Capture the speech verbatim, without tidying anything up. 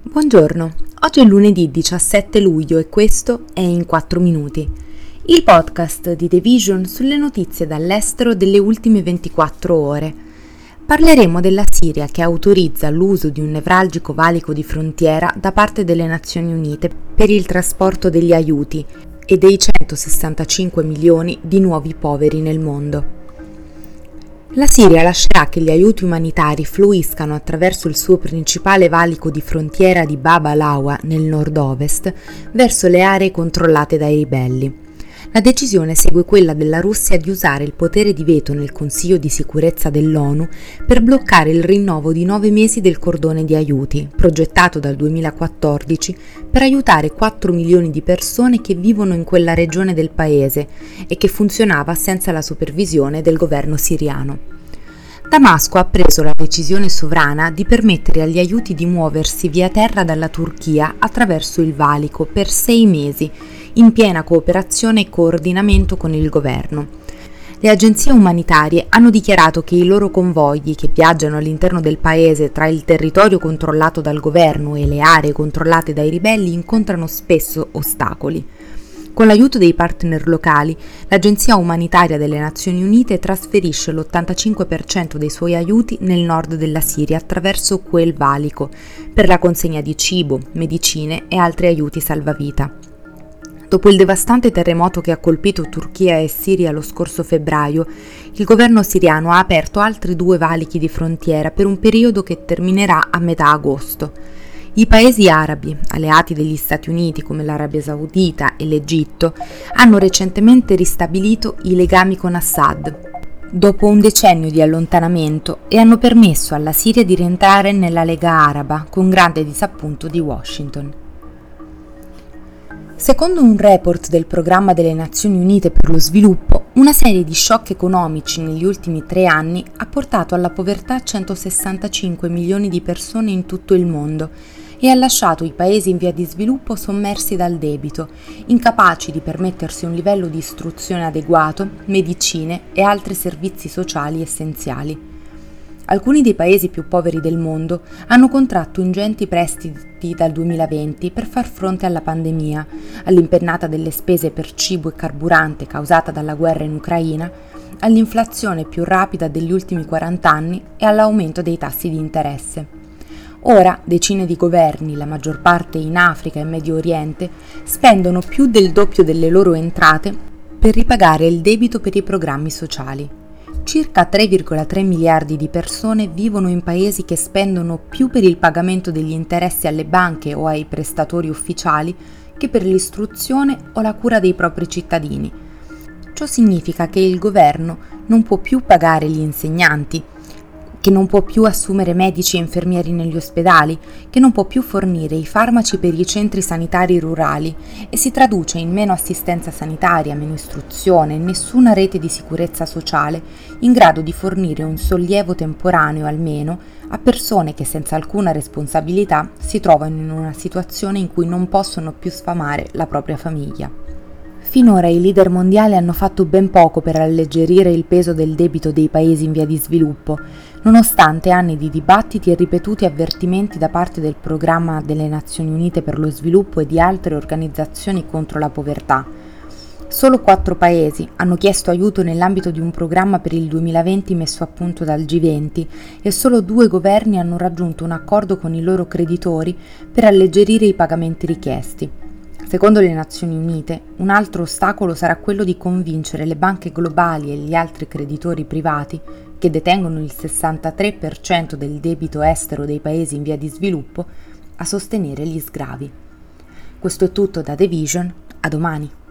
Buongiorno, oggi è lunedì diciassette luglio e questo è In quattro minuti, il podcast di The Vision sulle notizie dall'estero delle ultime ventiquattro ore. Parleremo della Siria che autorizza l'uso di un nevralgico valico di frontiera da parte delle Nazioni Unite per il trasporto degli aiuti e dei centosessantacinque milioni di nuovi poveri nel mondo. La Siria lascerà che gli aiuti umanitari fluiscano attraverso il suo principale valico di frontiera di Bab al-Awa nel nord-ovest verso le aree controllate dai ribelli. La decisione segue quella della Russia di usare il potere di veto nel Consiglio di sicurezza dell'ONU per bloccare il rinnovo di nove mesi del cordone di aiuti, progettato dal duemilaquattordici per aiutare quattro milioni di persone che vivono in quella regione del paese e che funzionava senza la supervisione del governo siriano. Damasco ha preso la decisione sovrana di permettere agli aiuti di muoversi via terra dalla Turchia attraverso il valico per sei mesi, in piena cooperazione e coordinamento con il governo. Le agenzie umanitarie hanno dichiarato che i loro convogli che viaggiano all'interno del paese tra il territorio controllato dal governo e le aree controllate dai ribelli incontrano spesso ostacoli. Con l'aiuto dei partner locali, l'Agenzia Umanitaria delle Nazioni Unite trasferisce l'ottantacinque per cento dei suoi aiuti nel nord della Siria attraverso quel valico, per la consegna di cibo, medicine e altri aiuti salvavita. Dopo il devastante terremoto che ha colpito Turchia e Siria lo scorso febbraio, il governo siriano ha aperto altri due valichi di frontiera per un periodo che terminerà a metà agosto. I paesi arabi, alleati degli Stati Uniti come l'Arabia Saudita e l'Egitto, hanno recentemente ristabilito i legami con Assad, dopo un decennio di allontanamento, e hanno permesso alla Siria di rientrare nella Lega Araba, con grande disappunto di Washington. Secondo un report del Programma delle Nazioni Unite per lo Sviluppo, una serie di shock economici negli ultimi tre anni ha portato alla povertà centosessantacinque milioni di persone in tutto il mondo e ha lasciato i paesi in via di sviluppo sommersi dal debito, incapaci di permettersi un livello di istruzione adeguato, medicine e altri servizi sociali essenziali. Alcuni dei paesi più poveri del mondo hanno contratto ingenti prestiti dal duemilaventi per far fronte alla pandemia, all'impennata delle spese per cibo e carburante causata dalla guerra in Ucraina, all'inflazione più rapida degli ultimi quaranta anni e all'aumento dei tassi di interesse. Ora decine di governi, la maggior parte in Africa e Medio Oriente, spendono più del doppio delle loro entrate per ripagare il debito per i programmi sociali. Circa tre virgola tre miliardi di persone vivono in paesi che spendono più per il pagamento degli interessi alle banche o ai prestatori ufficiali che per l'istruzione o la cura dei propri cittadini. Ciò significa che il governo non può più pagare gli insegnanti, che non può più assumere medici e infermieri negli ospedali, che non può più fornire i farmaci per i centri sanitari rurali e si traduce in meno assistenza sanitaria, meno istruzione, nessuna rete di sicurezza sociale in grado di fornire un sollievo temporaneo almeno a persone che senza alcuna responsabilità si trovano in una situazione in cui non possono più sfamare la propria famiglia. Finora i leader mondiali hanno fatto ben poco per alleggerire il peso del debito dei paesi in via di sviluppo, nonostante anni di dibattiti e ripetuti avvertimenti da parte del Programma delle Nazioni Unite per lo Sviluppo e di altre organizzazioni contro la povertà. Solo quattro paesi hanno chiesto aiuto nell'ambito di un programma per il duemilaventi messo a punto dal G venti e solo due governi hanno raggiunto un accordo con i loro creditori per alleggerire i pagamenti richiesti. Secondo le Nazioni Unite, un altro ostacolo sarà quello di convincere le banche globali e gli altri creditori privati, che detengono il sessantatré per cento del debito estero dei paesi in via di sviluppo, a sostenere gli sgravi. Questo è tutto da The Vision, a domani.